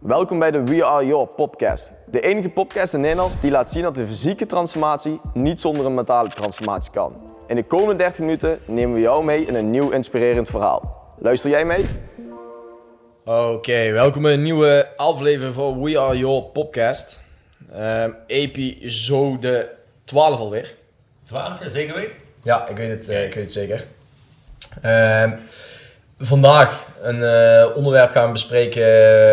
Welkom bij de We Are Your podcast. De enige podcast in Nederland die laat zien dat de fysieke transformatie niet zonder een mentale transformatie kan. In de komende 30 minuten nemen we jou mee in een nieuw inspirerend verhaal. Luister jij mee? Oké, welkom bij een nieuwe aflevering van We Are Your podcast. Episode 12 alweer. 12, ja, zeker weet? Ja, ik weet het zeker. Vandaag een onderwerp gaan we bespreken.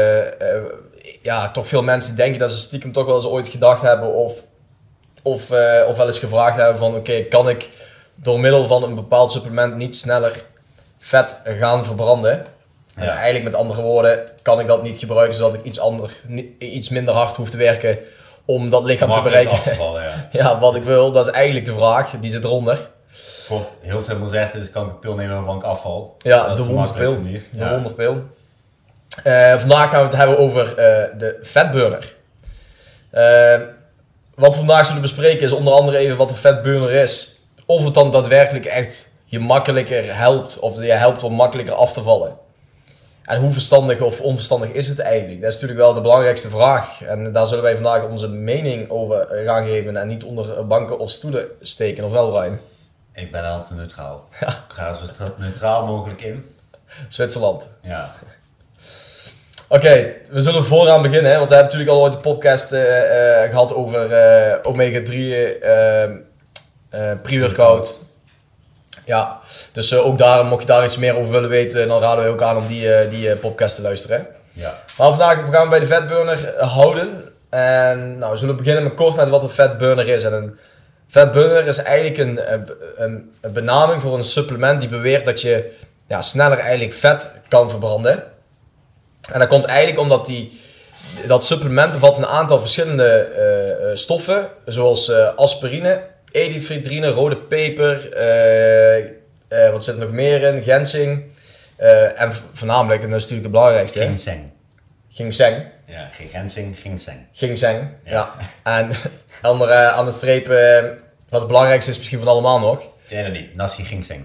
Toch veel mensen denken dat ze stiekem toch wel eens ooit gedacht hebben of wel eens gevraagd hebben van oké, kan ik door middel van een bepaald supplement niet sneller vet gaan verbranden? Ja. En eigenlijk met andere woorden, kan ik dat niet gebruiken zodat ik iets minder hard hoef te werken om dat lichaam te bereiken. Af te vallen, ja. Ja, wat ik wil, dat is eigenlijk de vraag, die zit eronder. Kort, heel simpel gezegd, dus kan ik een pil nemen waarvan ik afval. Ja, dat de is wonderpil. manier. De wonderpil. Vandaag gaan we het hebben over de fatburner. Wat we vandaag zullen bespreken is onder andere even wat de fatburner is. Of het dan daadwerkelijk echt je makkelijker helpt, of je helpt om makkelijker af te vallen. En hoe verstandig of onverstandig is het eigenlijk? Dat is natuurlijk wel de belangrijkste vraag. En daar zullen wij vandaag onze mening over gaan geven en niet onder banken of stoelen steken. Of wel, Ryan? Ik ben altijd neutraal. Ik ga zo neutraal mogelijk in. Zwitserland. Ja. Oké, we zullen vooraan beginnen, hè, want we hebben natuurlijk al ooit een podcast gehad over omega-3 pre-workout. Ja, dus ook daar, mocht je daar iets meer over willen weten, dan raden we ook aan om die podcast te luisteren. Hè. Ja. Maar vandaag gaan we bij de fatburner houden. En nou, we zullen beginnen kort met wat een fatburner is. En een fatburner is eigenlijk een benaming voor een supplement die beweert dat je sneller eigenlijk vet kan verbranden. En dat komt eigenlijk omdat dat supplement bevat een aantal verschillende stoffen, zoals aspirine, edifridrine, rode peper, wat zit er nog meer in, ginseng, en voornamelijk, en dat is natuurlijk het belangrijkste, ginseng. Ja, geen ginseng, ginseng. Ginseng, ja. En aan de streep, wat het belangrijkste is misschien van allemaal nog. Ken je dat niet? Nasi ginseng.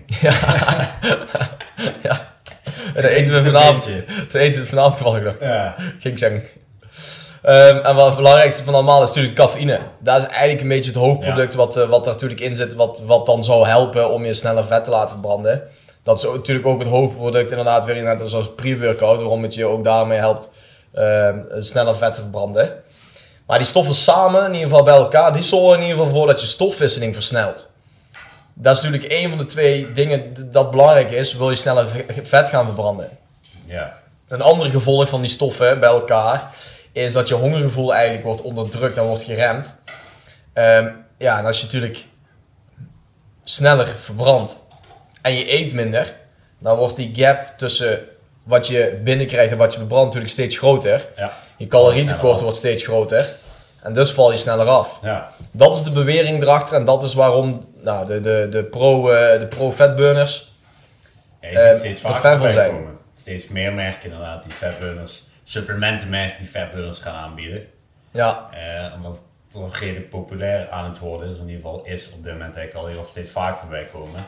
Ja. Dat eten we vanavond toevallig nog. Ja. Ginseng. En wat het belangrijkste van allemaal is natuurlijk cafeïne. Dat is eigenlijk een beetje het hoofdproduct wat er natuurlijk in zit, wat dan zou helpen om je sneller vet te laten verbranden. Dat is natuurlijk ook het hoofdproduct inderdaad weer net zoals pre-workout, waarom het je ook daarmee helpt sneller vet te verbranden. Maar die stoffen samen, in ieder geval bij elkaar, die zorgen in ieder geval voor dat je stofwisseling versnelt. Dat is natuurlijk één van de twee dingen dat belangrijk is, wil je sneller vet gaan verbranden. Ja. Een ander gevolg van die stoffen bij elkaar is dat je hongergevoel eigenlijk wordt onderdrukt en wordt geremd. En als je natuurlijk sneller verbrandt en je eet minder, dan wordt die gap tussen wat je binnenkrijgt en wat je verbrandt natuurlijk steeds groter. Ja. Je calorietekort wordt steeds groter en dus val je sneller af. Ja. Dat is de bewering erachter en dat is waarom de pro-fatburners Je ziet steeds er fan vaker van zijn. komen. Steeds meer merken inderdaad die fatburners, supplementenmerken die fatburners gaan aanbieden. Ja. Omdat het toch redelijk populair aan het worden is, in ieder geval is op dit moment eigenlijk al heel steeds vaker voorbij komen.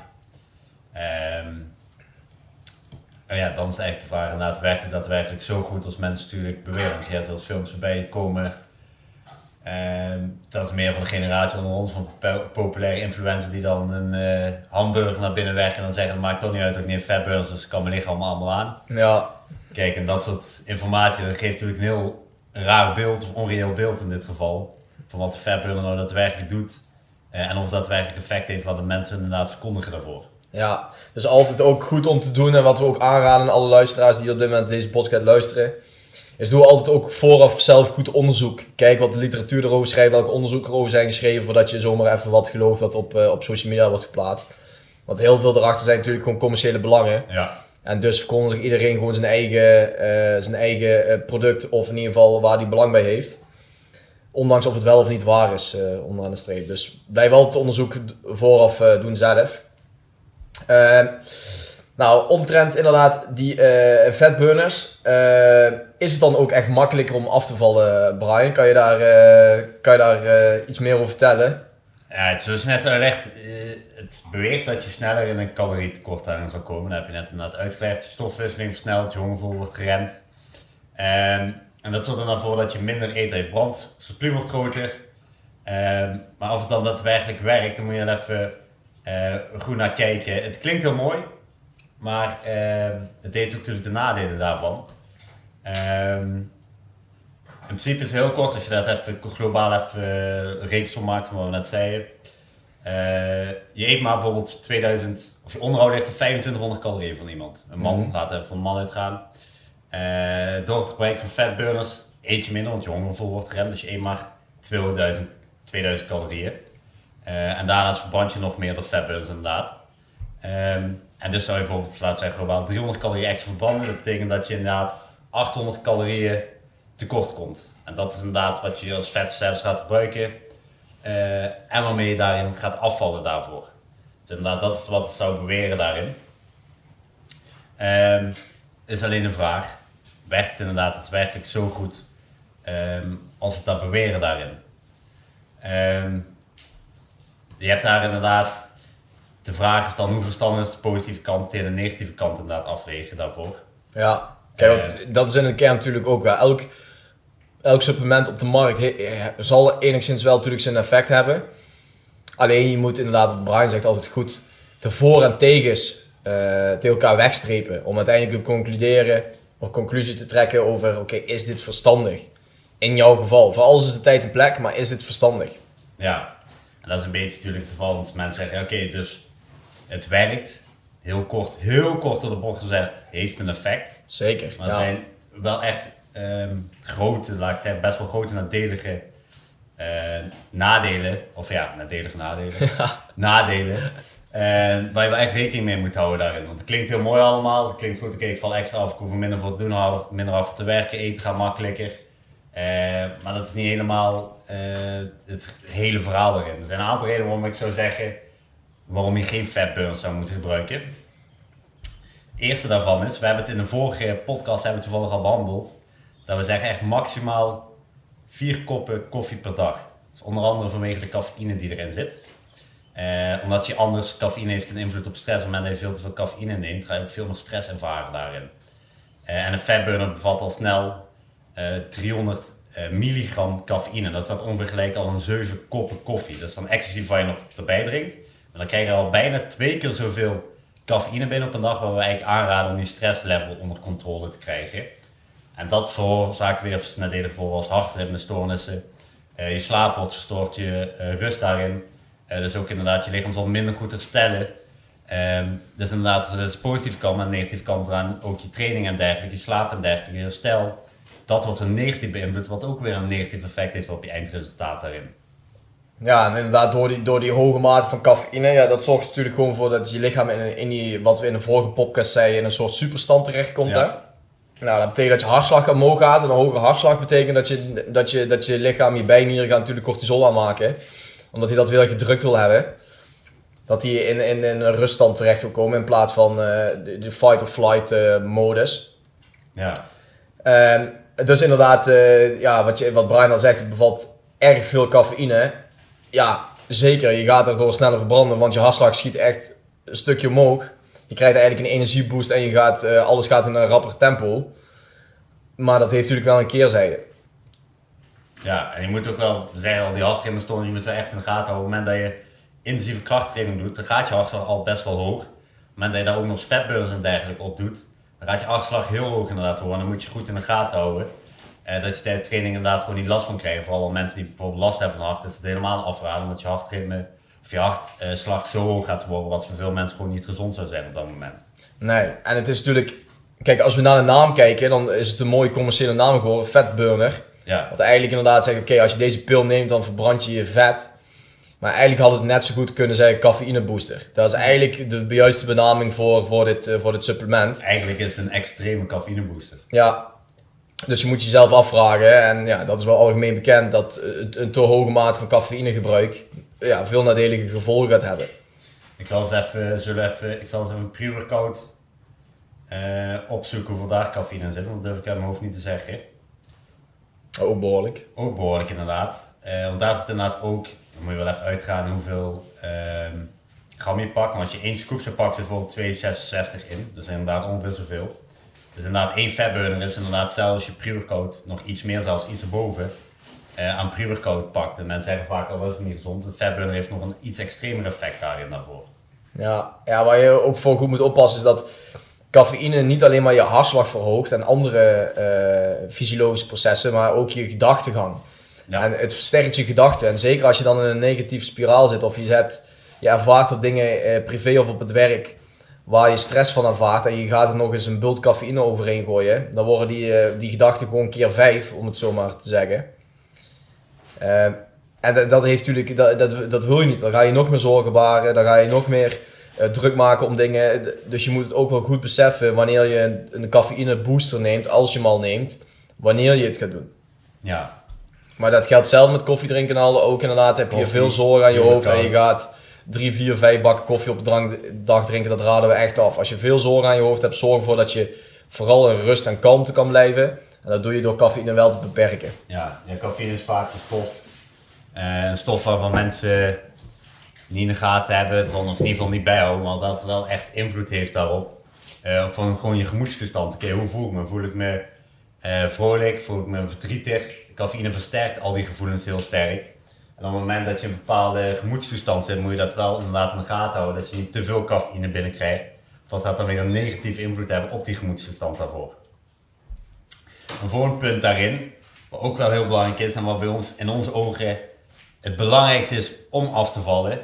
Dan is eigenlijk de vraag inderdaad, werkt het daadwerkelijk zo goed als mensen natuurlijk beweren? Want je hebt wel eens films erbij komen, dat is meer van de generatie onder ons, van populaire influencers die dan een hamburger naar binnen werken en dan zeggen, het maakt toch niet uit dat ik niet fatburners, dus ik kan mijn lichaam allemaal aan. Ja. Kijk, en dat soort informatie, dat geeft natuurlijk een heel raar beeld, of onreëel beeld in dit geval, van wat de fatburner nou daadwerkelijk doet en of dat daadwerkelijk effect heeft wat de mensen inderdaad verkondigen daarvoor. Ja, dus altijd ook goed om te doen en wat we ook aanraden aan alle luisteraars die op dit moment deze podcast luisteren, is doe altijd ook vooraf zelf goed onderzoek. Kijk wat de literatuur erover schrijft, welke onderzoeken erover zijn geschreven, voordat je zomaar even wat gelooft dat op social media wordt geplaatst. Want heel veel erachter zijn natuurlijk gewoon commerciële belangen. Ja. En dus verkondigt iedereen gewoon zijn eigen product, of in ieder geval waar hij belang bij heeft. Ondanks of het wel of niet waar is, onderaan de streep. Dus blijf altijd onderzoek vooraf doen zelf. Omtrent inderdaad die fatburners, is het dan ook echt makkelijker om af te vallen, Brian? Kan je daar iets meer over vertellen? Ja, het is dus net uitgelegd, het beweert dat je sneller in een calorietekort aan zal komen. Dat heb je net inderdaad uitgelegd. Je stofwisseling versnelt, je hongergevoel wordt geremd. En dat zorgt er dan voor dat je minder eten heeft. Brandsurplus wordt groter. Maar of het dan daadwerkelijk werkt, dan moet je er even goed naar kijken. Het klinkt heel mooi, maar het heeft ook natuurlijk de nadelen daarvan. In principe is het heel kort, als je dat even globaal even reeks maakt van wat we net zeiden. Je eet maar bijvoorbeeld 2000, of je onderhoud ligt op 2500 calorieën van iemand. Een man, laten we even van een man uitgaan. Door het gebruik van fatburners eet je minder, want je hongergevoel wordt geremd. Dus je eet maar 2000 calorieën. En daarnaast verbrand je nog meer door fatburners inderdaad. En dus zou je bijvoorbeeld, laten we zeggen, globaal 300 calorieën extra verbranden. Dat betekent dat je inderdaad 800 calorieën tekort komt. En dat is inderdaad wat je als vetreserves gaat gebruiken. En waarmee je daarin gaat afvallen daarvoor. Dus inderdaad, dat is wat ik zou beweren daarin. Is alleen de vraag, werkt het inderdaad daadwerkelijk zo goed als het dat beweren daarin? Je hebt daar inderdaad, de vraag is dan hoe verstandig is de positieve kant tegen de negatieve kant inderdaad afwegen daarvoor. Ja, kijk, dat is in de kern natuurlijk ook wel. Elk supplement op de markt zal enigszins wel natuurlijk zijn effect hebben. Alleen je moet inderdaad, wat Brian zegt, altijd goed de voor- en tegens tegen elkaar wegstrepen. Om uiteindelijk een conclusie te trekken over, oké, is dit verstandig? In jouw geval. Voor alles is de tijd en plek, maar is dit verstandig? Ja, en dat is een beetje natuurlijk het geval. Want mensen zeggen, oké, dus het werkt. Heel kort door de bocht gezegd, heeft een effect. Zeker, Maar er zijn wel echt grote, laat ik zeggen, best wel grote nadelige nadelen. Of ja, nadelige nadelen. Nadelen. Waar je wel echt rekening mee moet houden daarin. Want het klinkt heel mooi allemaal. Het klinkt goed, oké, ik val extra af, ik hoef er minder voor te doen, minder af te werken, eten gaat makkelijker. Maar dat is niet helemaal het hele verhaal erin. Er zijn een aantal redenen waarom ik zou zeggen waarom je geen fatburners zou moeten gebruiken. Het eerste daarvan is, we hebben het in de vorige podcast toevallig al behandeld, dat we zeggen echt maximaal 4 koppen koffie per dag. Dus onder andere vanwege de cafeïne die erin zit. Omdat je anders, cafeïne heeft een invloed op stress. Op het moment dat je veel te veel cafeïne neemt, ga je ook veel meer stress ervaren daarin. En een fatburner bevat al snel 300 milligram cafeïne. Dat staat ongeveer gelijk al een 7 koppen koffie. Dat is dan excessief wat je nog erbij drinkt. Maar dan krijg je al bijna 2 keer zoveel cafeïne binnen op een dag, waar we eigenlijk aanraden om je stresslevel onder controle te krijgen. En dat veroorzaakt weer nadelig voor als hartritmestoornissen. Je slaap wordt verstoord, je rust daarin. Dus ook inderdaad, je lichaam zal minder goed herstellen. Dus inderdaad, dat is de positieve kant, maar de negatieve kant eraan ook je training en dergelijke, je slaap en dergelijke, je herstel. Dat wordt een negatief beïnvloed, wat ook weer een negatief effect heeft op je eindresultaat daarin. Ja, en inderdaad, door die hoge mate van cafeïne, ja, dat zorgt natuurlijk gewoon voor dat je lichaam in die, wat we in de vorige podcast zeiden, in een soort superstand terechtkomt. Ja. Hè? Nou, dat betekent dat je hartslag omhoog gaat. En een hoge hartslag betekent dat je lichaam, je bijnieren gaan natuurlijk cortisol aanmaken. Omdat hij dat weer gedrukt wil hebben. Dat hij in een ruststand terecht wil komen in plaats van de fight or flight modus. Ja. Dus inderdaad, wat Brian al zegt, het bevat erg veel cafeïne. Ja, zeker. Je gaat daardoor sneller verbranden, want je hartslag schiet echt een stukje omhoog. Je krijgt eigenlijk een energieboost en alles gaat in een rapper tempo. Maar dat heeft natuurlijk wel een keerzijde. Ja, en je moet ook wel zeggen, al die hartritmestoornissen, je moet wel echt in de gaten houden. Op het moment dat je intensieve krachttraining doet, dan gaat je hartslag al best wel hoog. Op het moment dat je daar ook nog fatburners en dergelijke op doet, dan gaat je hartslag heel hoog inderdaad worden. Dan moet je goed in de gaten houden. Dat je tijdens training inderdaad gewoon niet last van krijgt. Vooral mensen die bijvoorbeeld last hebben van hart, is het helemaal afraden. Omdat je hartritme of je hartslag zo hoog gaat worden, wat voor veel mensen gewoon niet gezond zou zijn op dat moment. Nee, en het is natuurlijk, kijk, als we naar de naam kijken, dan is het een mooie commerciële naam geworden, fatburner. Ja. Wat eigenlijk inderdaad zegt, oké, als je deze pil neemt, dan verbrand je je vet. Maar eigenlijk had het net zo goed kunnen zeggen cafeïne booster. Dat is eigenlijk de juiste benaming voor dit supplement. Eigenlijk is het een extreme cafeïne booster. Ja, dus je moet jezelf afvragen, en ja, dat is wel algemeen bekend, dat een te hoge mate van cafeïnegebruik veel nadelige gevolgen gaat hebben. Ik zal eens even een pre-workout opzoeken hoeveel daar cafeïne in zit, want dat durf ik uit mijn hoofd niet te zeggen. Ook behoorlijk. Ook behoorlijk inderdaad. Want daar zit inderdaad ook, dan moet je wel even uitgaan hoeveel gram je pakt. Maar als je 1 scoop zou pakken, zit bijvoorbeeld 2,66 in. Dus inderdaad ongeveer zoveel. Dus inderdaad, 1 fatburner is inderdaad zelfs je pre-workout nog iets meer, zelfs iets erboven, aan pre-workout pakt. En mensen zeggen vaak, dat is niet gezond. Een fatburner heeft nog een iets extremer effect daarvoor. Ja, waar je ook voor goed moet oppassen is dat cafeïne niet alleen maar je hartslag verhoogt en andere fysiologische processen, maar ook je gedachtegang. Ja. En het versterkt je gedachten. En zeker als je dan in een negatieve spiraal zit of je ervaart op dingen privé of op het werk waar je stress van ervaart en je gaat er nog eens een bult cafeïne overheen gooien, dan worden die gedachten gewoon keer 5, om het zo maar te zeggen. En dat heeft natuurlijk, dat wil je niet. Dan ga je nog meer zorgen baren, dan ga je nog meer druk maken om dingen. Dus je moet het ook wel goed beseffen wanneer je een cafeïne booster neemt, als je hem al neemt, wanneer je het gaat doen. Ja. Maar dat geldt zelf met koffie drinken al ook inderdaad. Heb je veel zorgen aan je hoofd en je gaat 3, 4, 5 bakken koffie op de dag drinken, dat raden we echt af. Als je veel zorgen aan je hoofd hebt, zorg ervoor dat je vooral in rust en kalmte kan blijven. En dat doe je door cafeïne wel te beperken. Ja, cafeïne is vaak een stof. Een stof waarvan mensen niet in de gaten hebben, of in ieder geval niet bijhouden, maar dat wel echt invloed heeft daarop. Van gewoon je gemoedstoestand. Oké, hoe voel ik me? Voel ik me vrolijk? Voel ik me verdrietig? Cafeïne versterkt al die gevoelens heel sterk. En op het moment dat je in een bepaalde gemoedstoestand zit, moet je dat wel inderdaad in de gaten houden. Dat je niet te veel cafeïne binnenkrijgt. Want dat gaat dan weer een negatieve invloed hebben op die gemoedstoestand daarvoor. Een volgend punt daarin, wat ook wel heel belangrijk is en wat bij ons in onze ogen het belangrijkste is om af te vallen,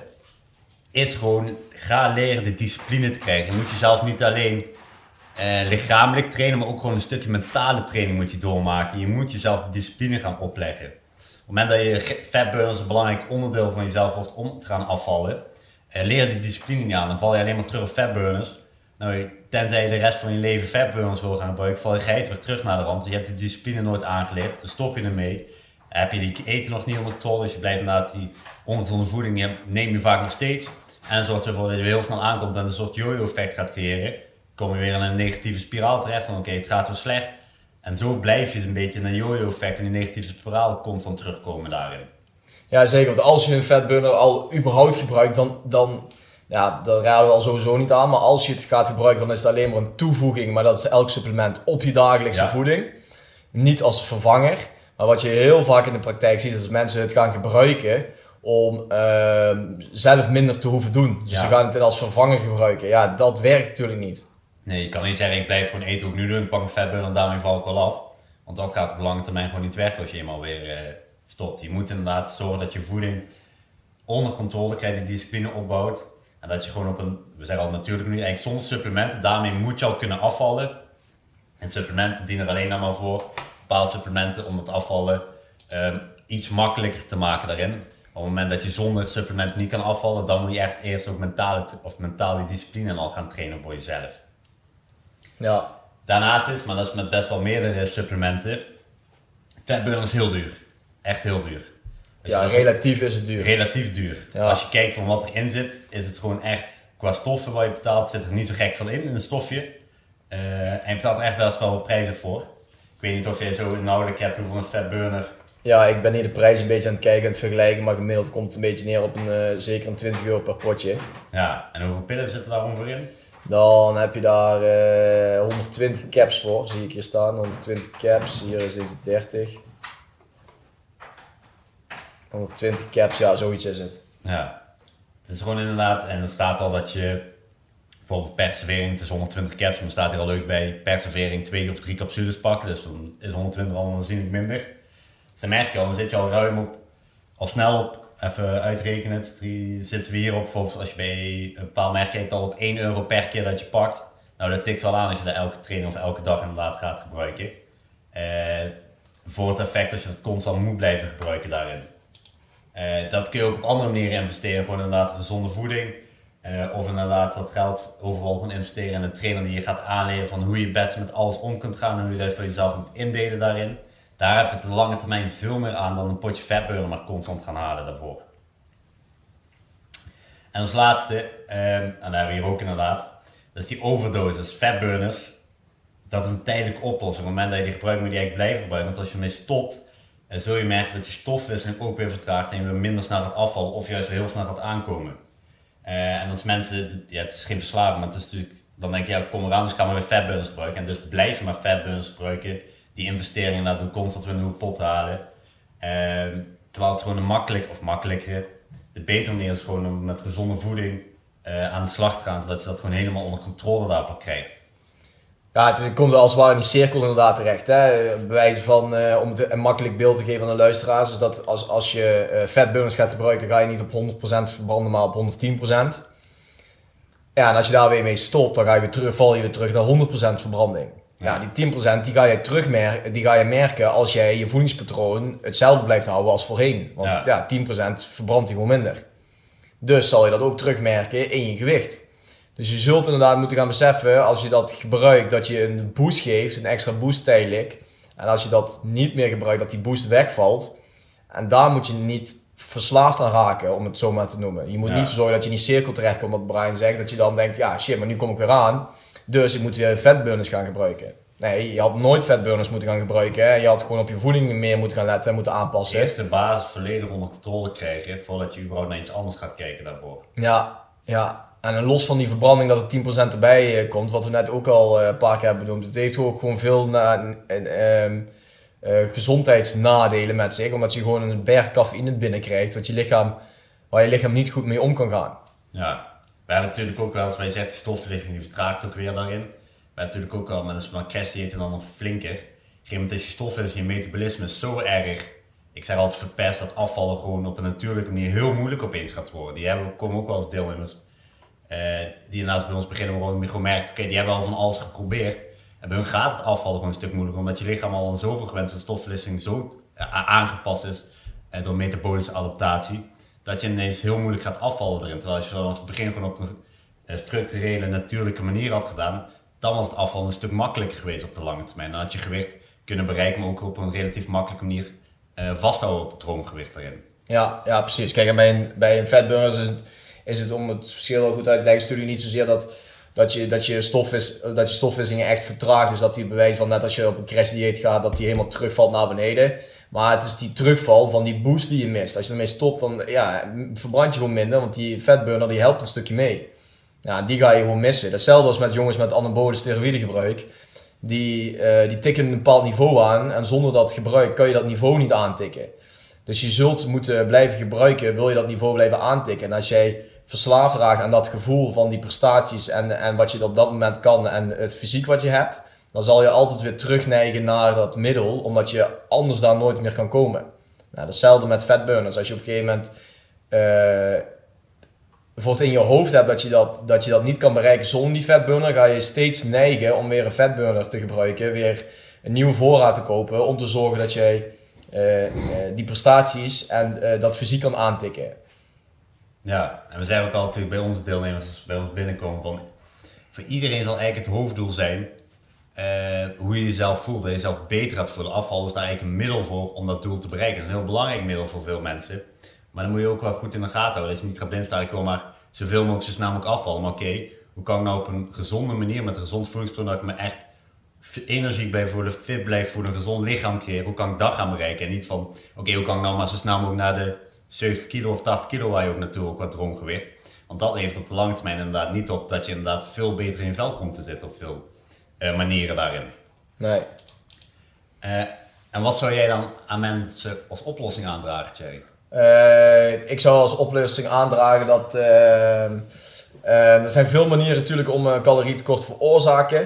is gewoon ga leren de discipline te krijgen. Je moet jezelf niet alleen lichamelijk trainen, maar ook gewoon een stukje mentale training moet je doormaken. Je moet jezelf de discipline gaan opleggen. Op het moment dat je fatburners een belangrijk onderdeel van jezelf wordt om te gaan afvallen, leer die discipline niet aan. Dan val je alleen maar terug op fatburners. Nou, tenzij je de rest van je leven fatburners wil gaan gebruiken, val je geit weer terug naar de rand. Dus je hebt die discipline nooit aangeleerd, dan stop je ermee. Heb je die eten nog niet onder controle, dus je blijft inderdaad die ongezonde voeding neem je vaak nog steeds. En zorgt ervoor dat je weer heel snel aankomt en een soort yo-yo effect gaat creëren. Kom je weer in een negatieve spiraal terecht van oké, het gaat wel slecht. En zo blijf je een beetje in een yo-yo effect en die negatieve spiraal constant terugkomen daarin. Ja zeker, want als je een fatburner al überhaupt gebruikt, dan dat raden we al sowieso niet aan. Maar als je het gaat gebruiken, dan is het alleen maar een toevoeging, maar dat is elk supplement op je dagelijkse voeding. Niet als vervanger. Maar wat je heel vaak in de praktijk ziet, is dat mensen het gaan gebruiken om zelf minder te hoeven doen. Dus ze gaan het als vervanger gebruiken. Ja, dat werkt natuurlijk niet. Nee, je kan niet zeggen, ik blijf gewoon eten hoe ik nu doe, ik pak een fatburner en daarmee val ik wel af. Want dat gaat op lange termijn gewoon niet werken als je eenmaal weer stopt. Je moet inderdaad zorgen dat je voeding onder controle krijgt, die discipline opbouwt. En dat je gewoon we zeggen al natuurlijk nu, eigenlijk zonder supplementen, daarmee moet je al kunnen afvallen. En supplementen dienen er alleen maar voor, bepaalde supplementen om het afvallen iets makkelijker te maken daarin. Op het moment dat je zonder supplementen niet kan afvallen, dan moet je echt eerst ook mentaal die discipline al gaan trainen voor jezelf. Ja. Daarnaast is, maar dat is met best wel meerdere supplementen, fatburner is heel duur. Echt heel duur. Relatief is het duur. Relatief duur. Ja. Als je kijkt van wat erin zit, is het gewoon echt, qua stoffen waar je betaalt, zit er niet zo gek veel in een stofje. En je betaalt er echt best wel wat prijzen voor. Ik weet niet of je zo inhoudelijk hebt hoeveel een fatburner. Ja, ik ben hier de prijs een beetje aan het kijken en het vergelijken, maar gemiddeld komt het een beetje neer op zeker een €20 per potje. Ja, en hoeveel pillen zitten daar ongeveer in? Dan heb je daar 120 caps voor, zie ik hier staan. 120 caps, hier is deze 30. 120 caps, ja, zoiets is het. Ja, het is gewoon inderdaad, en er staat al dat je bijvoorbeeld per servering, het is 120 caps, maar staat hier al leuk bij, per servering 2 of 3 capsules pakken, dus dan is 120 al aanzienlijk minder. Dus dan merk je al, dan zit je al ruim op, al snel op, even uitrekenen het, zitten we hier op, bijvoorbeeld als je bij een bepaald merk kijkt, al op €1 per keer dat je pakt. Nou, dat tikt wel aan als je dat elke training of elke dag inderdaad gaat gebruiken. Voor het effect als je dat constant moet blijven gebruiken daarin. Dat kun je ook op andere manieren investeren, gewoon inderdaad gezonde voeding. Of inderdaad dat geld overal van investeren in een trainer die je gaat aanleren van hoe je het best met alles om kunt gaan en hoe je dat voor jezelf moet indelen daarin. Daar heb je op de lange termijn veel meer aan dan een potje fatburner maar constant gaan halen daarvoor. En als laatste, en daar hebben we hier ook inderdaad, dat is die overdoses, fatburners. Dat is een tijdelijke oplossing. Op het moment dat je die gebruikt moet je die eigenlijk blijven gebruiken. Want als je ermee stopt, zul je merken dat je stofwisseling ook weer vertraagt en je weer minder snel gaat afvallen of juist weer heel snel gaat aankomen. En als mensen, het is geen verslaving, maar het is natuurlijk, dan denk je, ja, kom eraan, dus gaan we weer fatburners gebruiken. En dus blijven maar fatburners gebruiken, die investeringen naar doen, constant weer een nieuwe pot halen. Terwijl het gewoon makkelijkere, de betere manier is gewoon om met gezonde voeding aan de slag te gaan, zodat je dat gewoon helemaal onder controle daarvoor krijgt. Ja, het komt als het ware in die cirkel inderdaad terecht. Hè? Bewijzen van, om het een makkelijk beeld te geven aan de luisteraars, is dat als je fatburners gaat gebruiken, dan ga je niet op 100% verbranden, maar op 110%. Ja, en als je daar weer mee stopt, dan val je weer terug naar 100% verbranding. Ja, die 10% die ga je merken als jij je voedingspatroon hetzelfde blijft houden als voorheen. Want 10% verbrandt je gewoon minder. Dus zal je dat ook terugmerken in je gewicht. Dus je zult inderdaad moeten gaan beseffen, als je dat gebruikt, dat je een boost geeft, een extra boost tijdelijk. En als je dat niet meer gebruikt, dat die boost wegvalt. En daar moet je niet verslaafd aan raken, om het zo maar te noemen. Je moet niet zorgen dat je in die cirkel terechtkomt, wat Brian zegt. Dat je dan denkt, ja shit, maar nu kom ik weer aan. Dus ik moet weer fatburners gaan gebruiken. Nee, je had nooit fatburners moeten gaan gebruiken. Hè. Je had gewoon op je voeding meer moeten gaan letten en moeten aanpassen. Eerst de basis volledig onder controle krijgen, voordat je überhaupt naar iets anders gaat kijken daarvoor. Ja. En los van die verbranding dat er 10% erbij komt, wat we net ook al een paar keer hebben benoemd. Het heeft ook gewoon veel gezondheidsnadelen met zich. Omdat je gewoon een berg cafeïne binnenkrijgt waar je lichaam niet goed mee om kan gaan. Ja, we hebben natuurlijk ook wel, als wij zeggen, de stofverlichting die vertraagt ook weer daarin. We hebben natuurlijk ook al met een crashdieet en dan nog flinker. Op een gegeven moment is je stofwisseling, je metabolisme zo erg. Ik zeg altijd verpest dat afvallen gewoon op een natuurlijke manier heel moeilijk opeens gaat worden. Die komen ook wel als deelnemers. Die naast bij ons beginnen, maar gewoon merkt, oké, die hebben al van alles geprobeerd. En bij hun gaat het afvallen gewoon een stuk moeilijker, omdat je lichaam al zoveel gewend is, de stofverlisting zo aangepast is door metabolische adaptatie, dat je ineens heel moeilijk gaat afvallen erin. Terwijl als je vanaf het begin gewoon op een structurele, natuurlijke manier had gedaan, dan was het afvallen een stuk makkelijker geweest op de lange termijn. Dan had je gewicht kunnen bereiken, maar ook op een relatief makkelijke manier vasthouden op het droomgewicht erin. Ja, precies. Kijk, en bij een fatburners is het om het verschil wel goed uit te leggen, natuurlijk niet zozeer dat je stofwisseling echt vertraagt. Dus dat die bewijs van net als je op een crashdieet gaat, dat die helemaal terugvalt naar beneden. Maar het is die terugval van die boost die je mist. Als je ermee stopt, dan verbrand je gewoon minder, want die fatburner die helpt een stukje mee. Ja, die ga je gewoon missen. Hetzelfde als met jongens met anabole steroïdegebruik. Die tikken een bepaald niveau aan en zonder dat gebruik kan je dat niveau niet aantikken. Dus je zult moeten blijven gebruiken, wil je dat niveau blijven aantikken. En als jij verslaafd raakt aan dat gevoel van die prestaties en wat je op dat moment kan en het fysiek wat je hebt, dan zal je altijd weer terugneigen naar dat middel, omdat je anders daar nooit meer kan komen. Nou, hetzelfde met fatburners. Als je op een gegeven moment bijvoorbeeld in je hoofd hebt dat je dat niet kan bereiken zonder die fatburner, ga je steeds neigen om weer een fatburner te gebruiken, weer een nieuwe voorraad te kopen, om te zorgen dat jij die prestaties en dat fysiek kan aantikken. Ja, en we zeggen ook al natuurlijk bij onze deelnemers, als ze bij ons binnenkomen, van voor iedereen zal eigenlijk het hoofddoel zijn hoe je jezelf voelt, dat je jezelf beter gaat voelen. Afval is daar eigenlijk een middel voor om dat doel te bereiken. Dat is een heel belangrijk middel voor veel mensen. Maar dan moet je ook wel goed in de gaten houden, dat je niet gaat blindstaren, ik wil maar zoveel mogelijk, zo snel mogelijk afvallen. Maar oké, hoe kan ik nou op een gezonde manier, met een gezond voedingspatroon, dat ik me echt energiek blijf voelen, fit blijf voelen, een gezond lichaam creëren, hoe kan ik dat gaan bereiken? En niet van, oké, hoe kan ik nou maar zo snel mogelijk naar de 70 kilo of 80 kilo waar je ook naartoe, ook qua droomgewicht. Want dat levert op de lange termijn inderdaad niet op dat je inderdaad veel beter in je vel komt te zitten op veel manieren daarin. Nee. En wat zou jij dan aan mensen als oplossing aandragen, Thierry? Ik zou als oplossing aandragen dat er zijn veel manieren natuurlijk om een calorietekort te veroorzaken.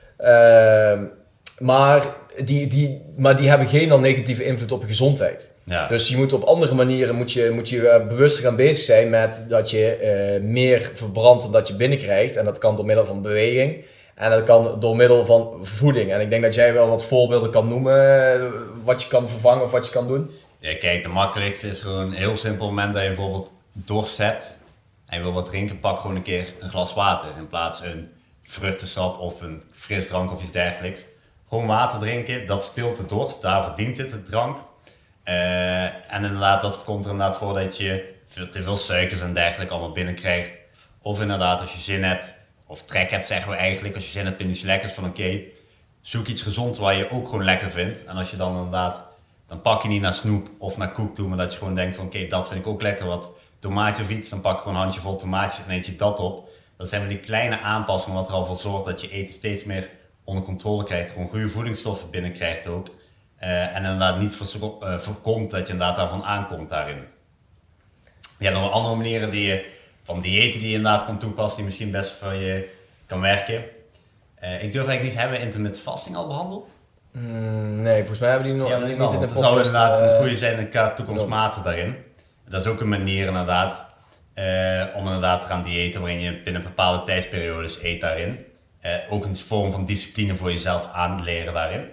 Maar die hebben geen negatieve invloed op je gezondheid. Ja. Dus je moet op andere manieren moet je bewuster gaan bezig zijn met dat je meer verbrandt dan dat je binnenkrijgt. En dat kan door middel van beweging. En dat kan door middel van voeding. En ik denk dat jij wel wat voorbeelden kan noemen wat je kan vervangen of wat je kan doen. Ja, kijk, de makkelijkste is gewoon een heel simpel moment dat je bijvoorbeeld dorst hebt en je wil wat drinken, pak gewoon een keer een glas water in plaats van een vruchtensap of een frisdrank of iets dergelijks. Gewoon water drinken, dat stilt de dorst, daarvoor dient het, de drank. En inderdaad, dat komt er inderdaad voor dat je te veel suikers en dergelijke allemaal binnenkrijgt. Of inderdaad, als je zin hebt, of trek hebt zeggen we eigenlijk, als je zin hebt in iets lekkers, van oké, zoek iets gezonds waar je ook gewoon lekker vindt. En als je dan inderdaad, dan pak je niet naar snoep of naar koek toe, maar dat je gewoon denkt van oké, dat vind ik ook lekker, wat tomaatje of iets, dan pak je gewoon een handjevol tomaatjes en eet je dat op. Dat zijn van die kleine aanpassingen wat er al voor zorgt dat je eten steeds meer onder controle krijgt. Gewoon goede voedingsstoffen binnenkrijgt ook. En inderdaad niet voorkomt dat je inderdaad daarvan aankomt daarin. Je hebt nog wel andere manieren van diëten die je inderdaad kan toepassen, die misschien best voor je kan werken. Ik durf eigenlijk niet, hebben we intermittent fasting al behandeld? Nee, volgens mij hebben we die nog niet in de podcast. Dat zou inderdaad een goede zijn en toekomstmatig daarin. Dat is ook een manier inderdaad om inderdaad te gaan diëten waarin je binnen bepaalde tijdsperiodes eet daarin. Ook een vorm van discipline voor jezelf aanleren daarin.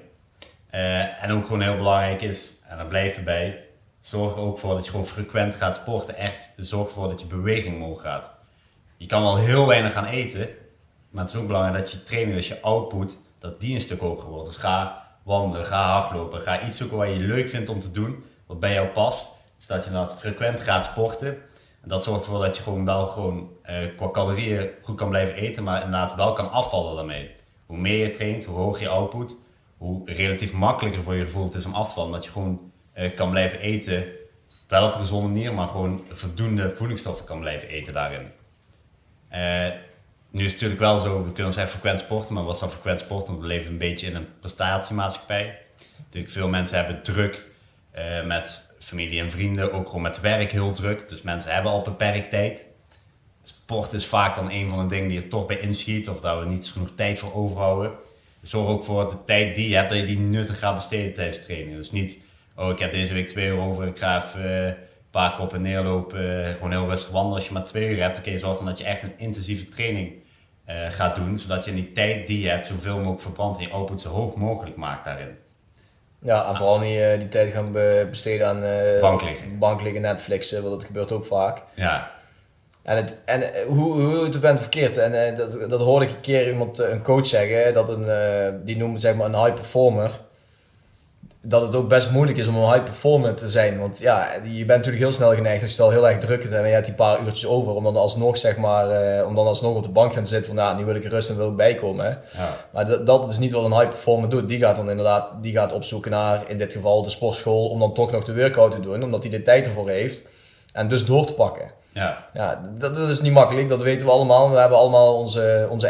En ook gewoon heel belangrijk is, en dat blijft erbij, zorg er ook voor dat je gewoon frequent gaat sporten. Echt zorg ervoor dat je beweging omhoog gaat. Je kan wel heel weinig gaan eten, maar het is ook belangrijk dat je training, dus je output, dat die een stuk hoger wordt. Dus ga wandelen, ga hardlopen, ga iets zoeken wat je leuk vindt om te doen, wat bij jou past. Zodat je dat frequent gaat sporten. En dat zorgt ervoor dat je gewoon wel qua calorieën goed kan blijven eten, maar inderdaad wel kan afvallen daarmee. Hoe meer je traint, hoe hoger je output, hoe relatief makkelijker voor je gevoel het is om af te vallen. Dat je gewoon kan blijven eten, wel op een gezonde manier, maar gewoon voldoende voedingsstoffen kan blijven eten daarin. Nu is het natuurlijk wel zo, we kunnen zeggen frequent sporten, maar wat is dan frequent sporten? Want we leven een beetje in een prestatiemaatschappij. Natuurlijk veel mensen hebben druk met familie en vrienden, ook gewoon met werk heel druk. Dus mensen hebben al beperkt tijd. Sport is vaak dan een van de dingen die er toch bij inschiet of dat we niet genoeg tijd voor overhouden. Dus zorg ook voor de tijd die je hebt, dat je die nuttig gaat besteden tijdens training. Dus niet, ik heb deze week 2 uur over, ik ga even een paar keer op en neer lopen, gewoon heel rustig wandelen. Als je maar 2 uur hebt, zorg dan dat je echt een intensieve training gaat doen. Zodat je in die tijd die je hebt zoveel mogelijk verbrandt en je output zo hoog mogelijk maakt daarin. Ja, en vooral niet die tijd gaan besteden aan bank liggen, Netflixen, want dat gebeurt ook vaak. Ja. En hoe het bent verkeerd. En dat hoorde ik een keer een coach zeggen, die noemt zeg maar een high performer. Dat het ook best moeilijk is om een high performer te zijn. Want ja, je bent natuurlijk heel snel geneigd als je het al heel erg druk hebt en je hebt die paar uurtjes over. Om dan alsnog op de bank gaan zitten van nu wil ik rust en wil ik bijkomen. Hè. Ja. Maar dat is niet wat een high performer doet. Die gaat opzoeken naar, in dit geval de sportschool, om dan toch nog de workout te doen. Omdat hij de tijd ervoor heeft. En dus door te pakken. Ja, dat is niet makkelijk, dat weten we allemaal. We hebben allemaal onze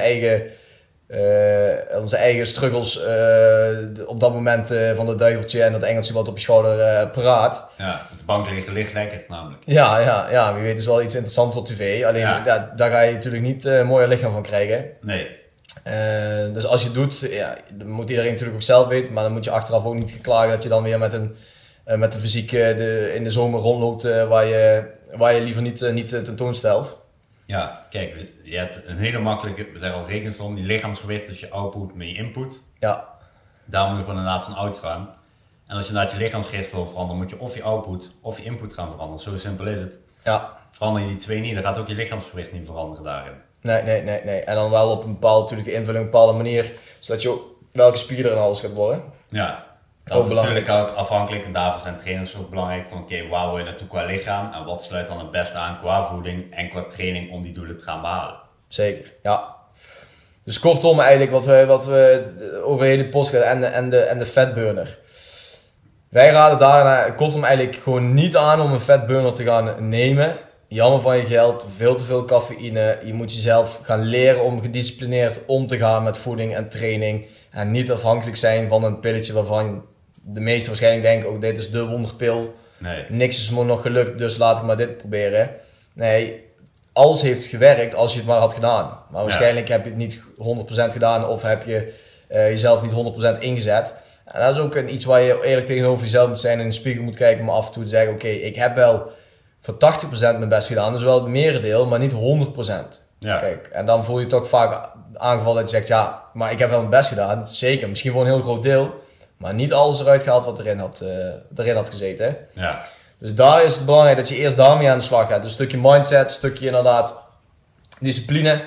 eigen struggles op dat moment van dat duiveltje en dat engeltje wat op je schouder praat. Ja, op de bank liggen ligt lekker namelijk. Ja, wie weet is wel iets interessants op tv. Alleen daar ga je natuurlijk niet een mooier lichaam van krijgen. Nee. Dus als je het doet, dan moet iedereen natuurlijk ook zelf weten. Maar dan moet je achteraf ook niet klagen dat je dan weer met de fysiek in de zomer rondloopt waar je liever niet tentoonstelt. Ja, kijk, je hebt een hele makkelijke, we zeggen al rekensom, die lichaamsgewicht, dus je output met je input. Ja. Daar moet je gewoon inderdaad van uitgaan. En als je inderdaad je lichaamsgewicht wil veranderen, moet je of je output of je input gaan veranderen. Zo simpel is het. Ja. Verander je die twee niet, dan gaat ook je lichaamsgewicht niet veranderen daarin. Nee. En dan wel op een bepaalde, natuurlijk de invulling op een bepaalde manier, zodat je ook welke spier er en alles gaat worden. Ja. Dat is natuurlijk ook afhankelijk en daarvoor zijn trainers ook belangrijk van waar wil je naartoe qua lichaam en wat sluit dan het beste aan qua voeding en qua training om die doelen te gaan behalen. Zeker, ja. Dus kortom eigenlijk wat we over de hele podcast en de fatburner. Wij raden daarna kortom eigenlijk gewoon niet aan om een fatburner te gaan nemen. Jammer van je geld, veel te veel cafeïne. Je moet jezelf gaan leren om gedisciplineerd om te gaan met voeding en training. En niet afhankelijk zijn van een pilletje waarvan de meesten waarschijnlijk denken, dit is de wonderpil. Nee. Niks is me nog gelukt, dus laat ik maar dit proberen. Nee, alles heeft gewerkt als je het maar had gedaan. Maar waarschijnlijk heb je het niet 100% gedaan of heb je jezelf niet 100% ingezet. En dat is ook iets waar je eerlijk tegenover jezelf moet zijn en in de spiegel moet kijken, maar af en toe te zeggen, ik heb wel voor 80% mijn best gedaan. Dus wel het merendeel, maar niet 100%. Ja. Kijk, en dan voel je toch vaak aangevallen dat je zegt, maar ik heb wel mijn best gedaan. Zeker, misschien voor een heel groot deel. Maar niet alles eruit gehaald wat erin had gezeten. Hè? Ja. Dus daar is het belangrijk dat je eerst daarmee aan de slag gaat. Dus een stukje mindset, een stukje inderdaad discipline.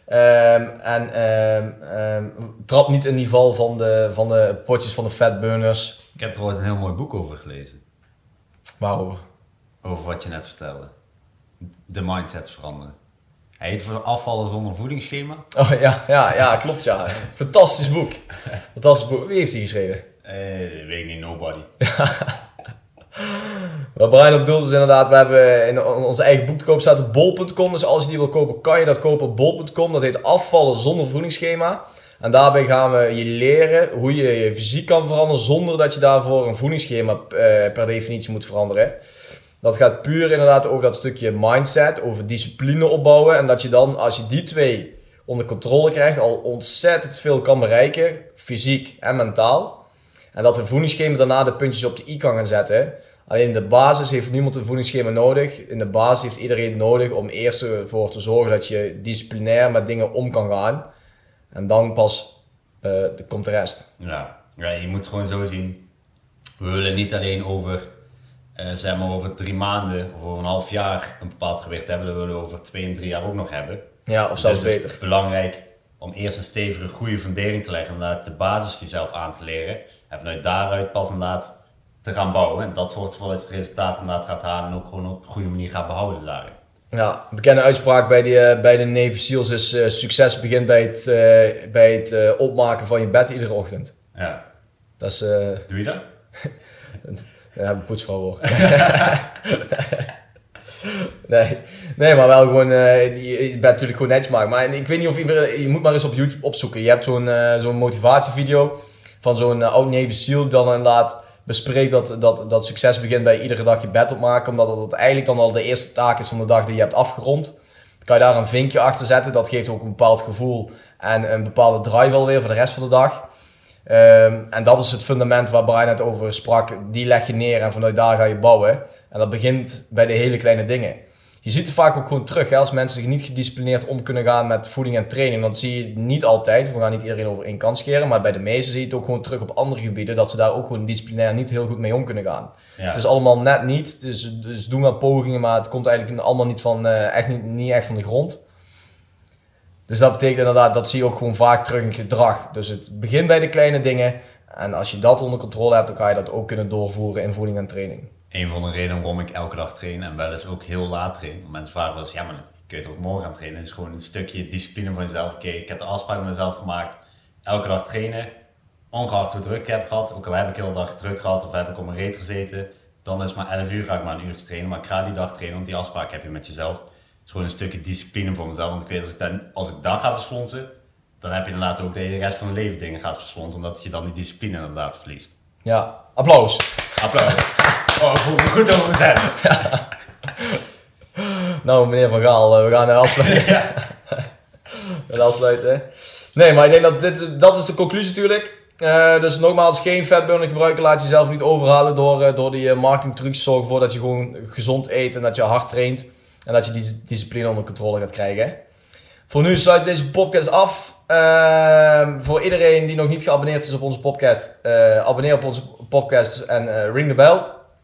Trap niet in die val van de potjes van de fatburners. Ik heb er ooit een heel mooi boek over gelezen. Waarover? Over wat je net vertelde. De mindset veranderen. Hij heet voor afvallen zonder voedingsschema. Oh ja, klopt ja. Fantastisch boek. Fantastisch boek. Wie heeft die geschreven? Weet ik niet, nobody. Wat Brian op bedoelt is inderdaad, we hebben in onze eigen boek te koop staat op bol.com. Dus als je die wil kopen, kan je dat kopen op bol.com. Dat heet Afvallen zonder voedingsschema. En daarbij gaan we je leren hoe je je fysiek kan veranderen zonder dat je daarvoor een voedingsschema per definitie moet veranderen. Dat gaat puur inderdaad over dat stukje mindset, over discipline opbouwen. En dat je dan, als je die twee onder controle krijgt, al ontzettend veel kan bereiken, fysiek en mentaal. En dat een voedingsschema daarna de puntjes op de i kan gaan zetten. Alleen in de basis heeft niemand een voedingsschema nodig. In de basis heeft iedereen nodig om eerst ervoor te zorgen dat je disciplinair met dingen om kan gaan. En dan pas komt de rest. Ja, je moet gewoon zo zien. We willen niet alleen over, zeg maar over 3 maanden of over een half jaar een bepaald gewicht hebben. Dat willen we over 2 en 3 jaar ook nog hebben. Ja, of zelfs dus beter. Het is belangrijk om eerst een stevige, goede fundering te leggen. Om de basis jezelf aan te leren. En vanuit daaruit pas inderdaad te gaan bouwen. En dat zorgt ervoor dat je het resultaat inderdaad gaat halen. En ook gewoon op een goede manier gaat behouden daarin. Ja, een bekende uitspraak bij de Navy SEALs is succes begint bij het opmaken van je bed iedere ochtend. Ja. Dat is... Doe je dat? Daar heb ik poetsvrouw voor. Nee, maar wel gewoon je bed natuurlijk gewoon netjes maken. Maar ik weet niet of je moet maar eens op YouTube opzoeken. Je hebt zo'n motivatievideo van zo'n oud Navy SEAL die dan inderdaad bespreekt dat succes begint bij iedere dag je bed opmaken. Omdat dat eigenlijk dan al de eerste taak is van de dag die je hebt afgerond. Dan kan je daar een vinkje achter zetten. Dat geeft ook een bepaald gevoel en een bepaalde drive alweer voor de rest van de dag. En dat is het fundament waar Brian net over sprak. Die leg je neer en vanuit daar ga je bouwen. En dat begint bij de hele kleine dingen. Je ziet het vaak ook gewoon terug. Hè? Als mensen niet gedisciplineerd om kunnen gaan met voeding en training. Dan zie je niet altijd. We gaan niet iedereen over één kant scheren. Maar bij de meesten zie je het ook gewoon terug op andere gebieden. Dat ze daar ook gewoon disciplinair niet heel goed mee om kunnen gaan. Ja. Het is allemaal net niet. Dus doen wel pogingen. Maar het komt eigenlijk allemaal niet niet echt van de grond. Dus dat betekent inderdaad, dat zie je ook gewoon vaak terug in gedrag. Dus het begint bij de kleine dingen. En als je dat onder controle hebt, dan ga je dat ook kunnen doorvoeren in voeding en training. Een van de redenen waarom ik elke dag train en wel eens ook heel laat train. Mensen vragen wel eens, ja maar kun je toch ook morgen gaan trainen? Het is gewoon een stukje discipline van jezelf. Oké, ik heb de afspraak met mezelf gemaakt. Elke dag trainen. Ongeacht hoe druk ik heb gehad. Ook al heb ik heel de dag druk gehad of heb ik op mijn reet gezeten. Dan is het maar 11 uur ga ik maar een uurtje trainen. Maar ik ga die dag trainen, want die afspraak heb je met jezelf. Het is gewoon een stukje discipline voor mezelf. Want ik weet, als ik dat ga verslonsen, dan heb je inderdaad ook dat je de rest van je leven dingen gaat verslonsen. Omdat je dan die discipline inderdaad verliest. Ja, applaus. Applaus. Oh, ik voel me goed over mezelf. Ja. Nou, meneer Van Gaal, we gaan afsluiten. Ja. We gaan afsluiten. Nee, maar ik denk dat is de conclusie natuurlijk. Dus nogmaals, geen fatburner gebruiken. Laat jezelf niet overhalen door die marketingtrucs. Zorg ervoor dat je gewoon gezond eet en dat je hard traint. En dat je die discipline onder controle gaat krijgen. Voor nu sluit deze podcast af. Voor iedereen die nog niet geabonneerd is op onze podcast. Abonneer op onze podcast en ring de bel.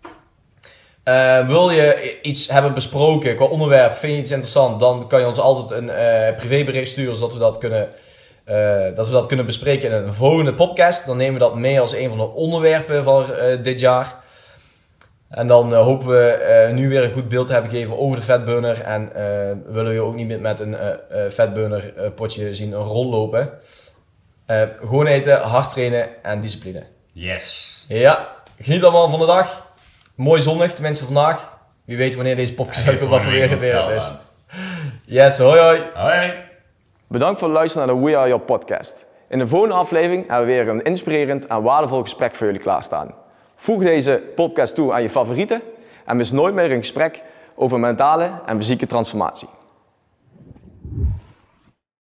Wil je iets hebben besproken qua onderwerp, vind je iets interessant, dan kan je ons altijd een privébericht sturen zodat we dat kunnen bespreken in een volgende podcast. Dan nemen we dat mee als een van de onderwerpen van dit jaar. En dan hopen we nu weer een goed beeld te hebben gegeven over de fatburner. En willen we je ook niet meer met een fatburner potje zien rondlopen. Gewoon eten, hard trainen en discipline. Yes. Ja, geniet allemaal van de dag. Mooi zonnig, tenminste vandaag. Wie weet wanneer deze podcast uit wat voor weer gebeurd is. Yes, hoi hoi. Hoi. Bedankt voor het luisteren naar de We Are Your podcast. In de volgende aflevering hebben we weer een inspirerend en waardevol gesprek voor jullie klaarstaan. Voeg deze podcast toe aan je favorieten en mis nooit meer een gesprek over mentale en fysieke transformatie.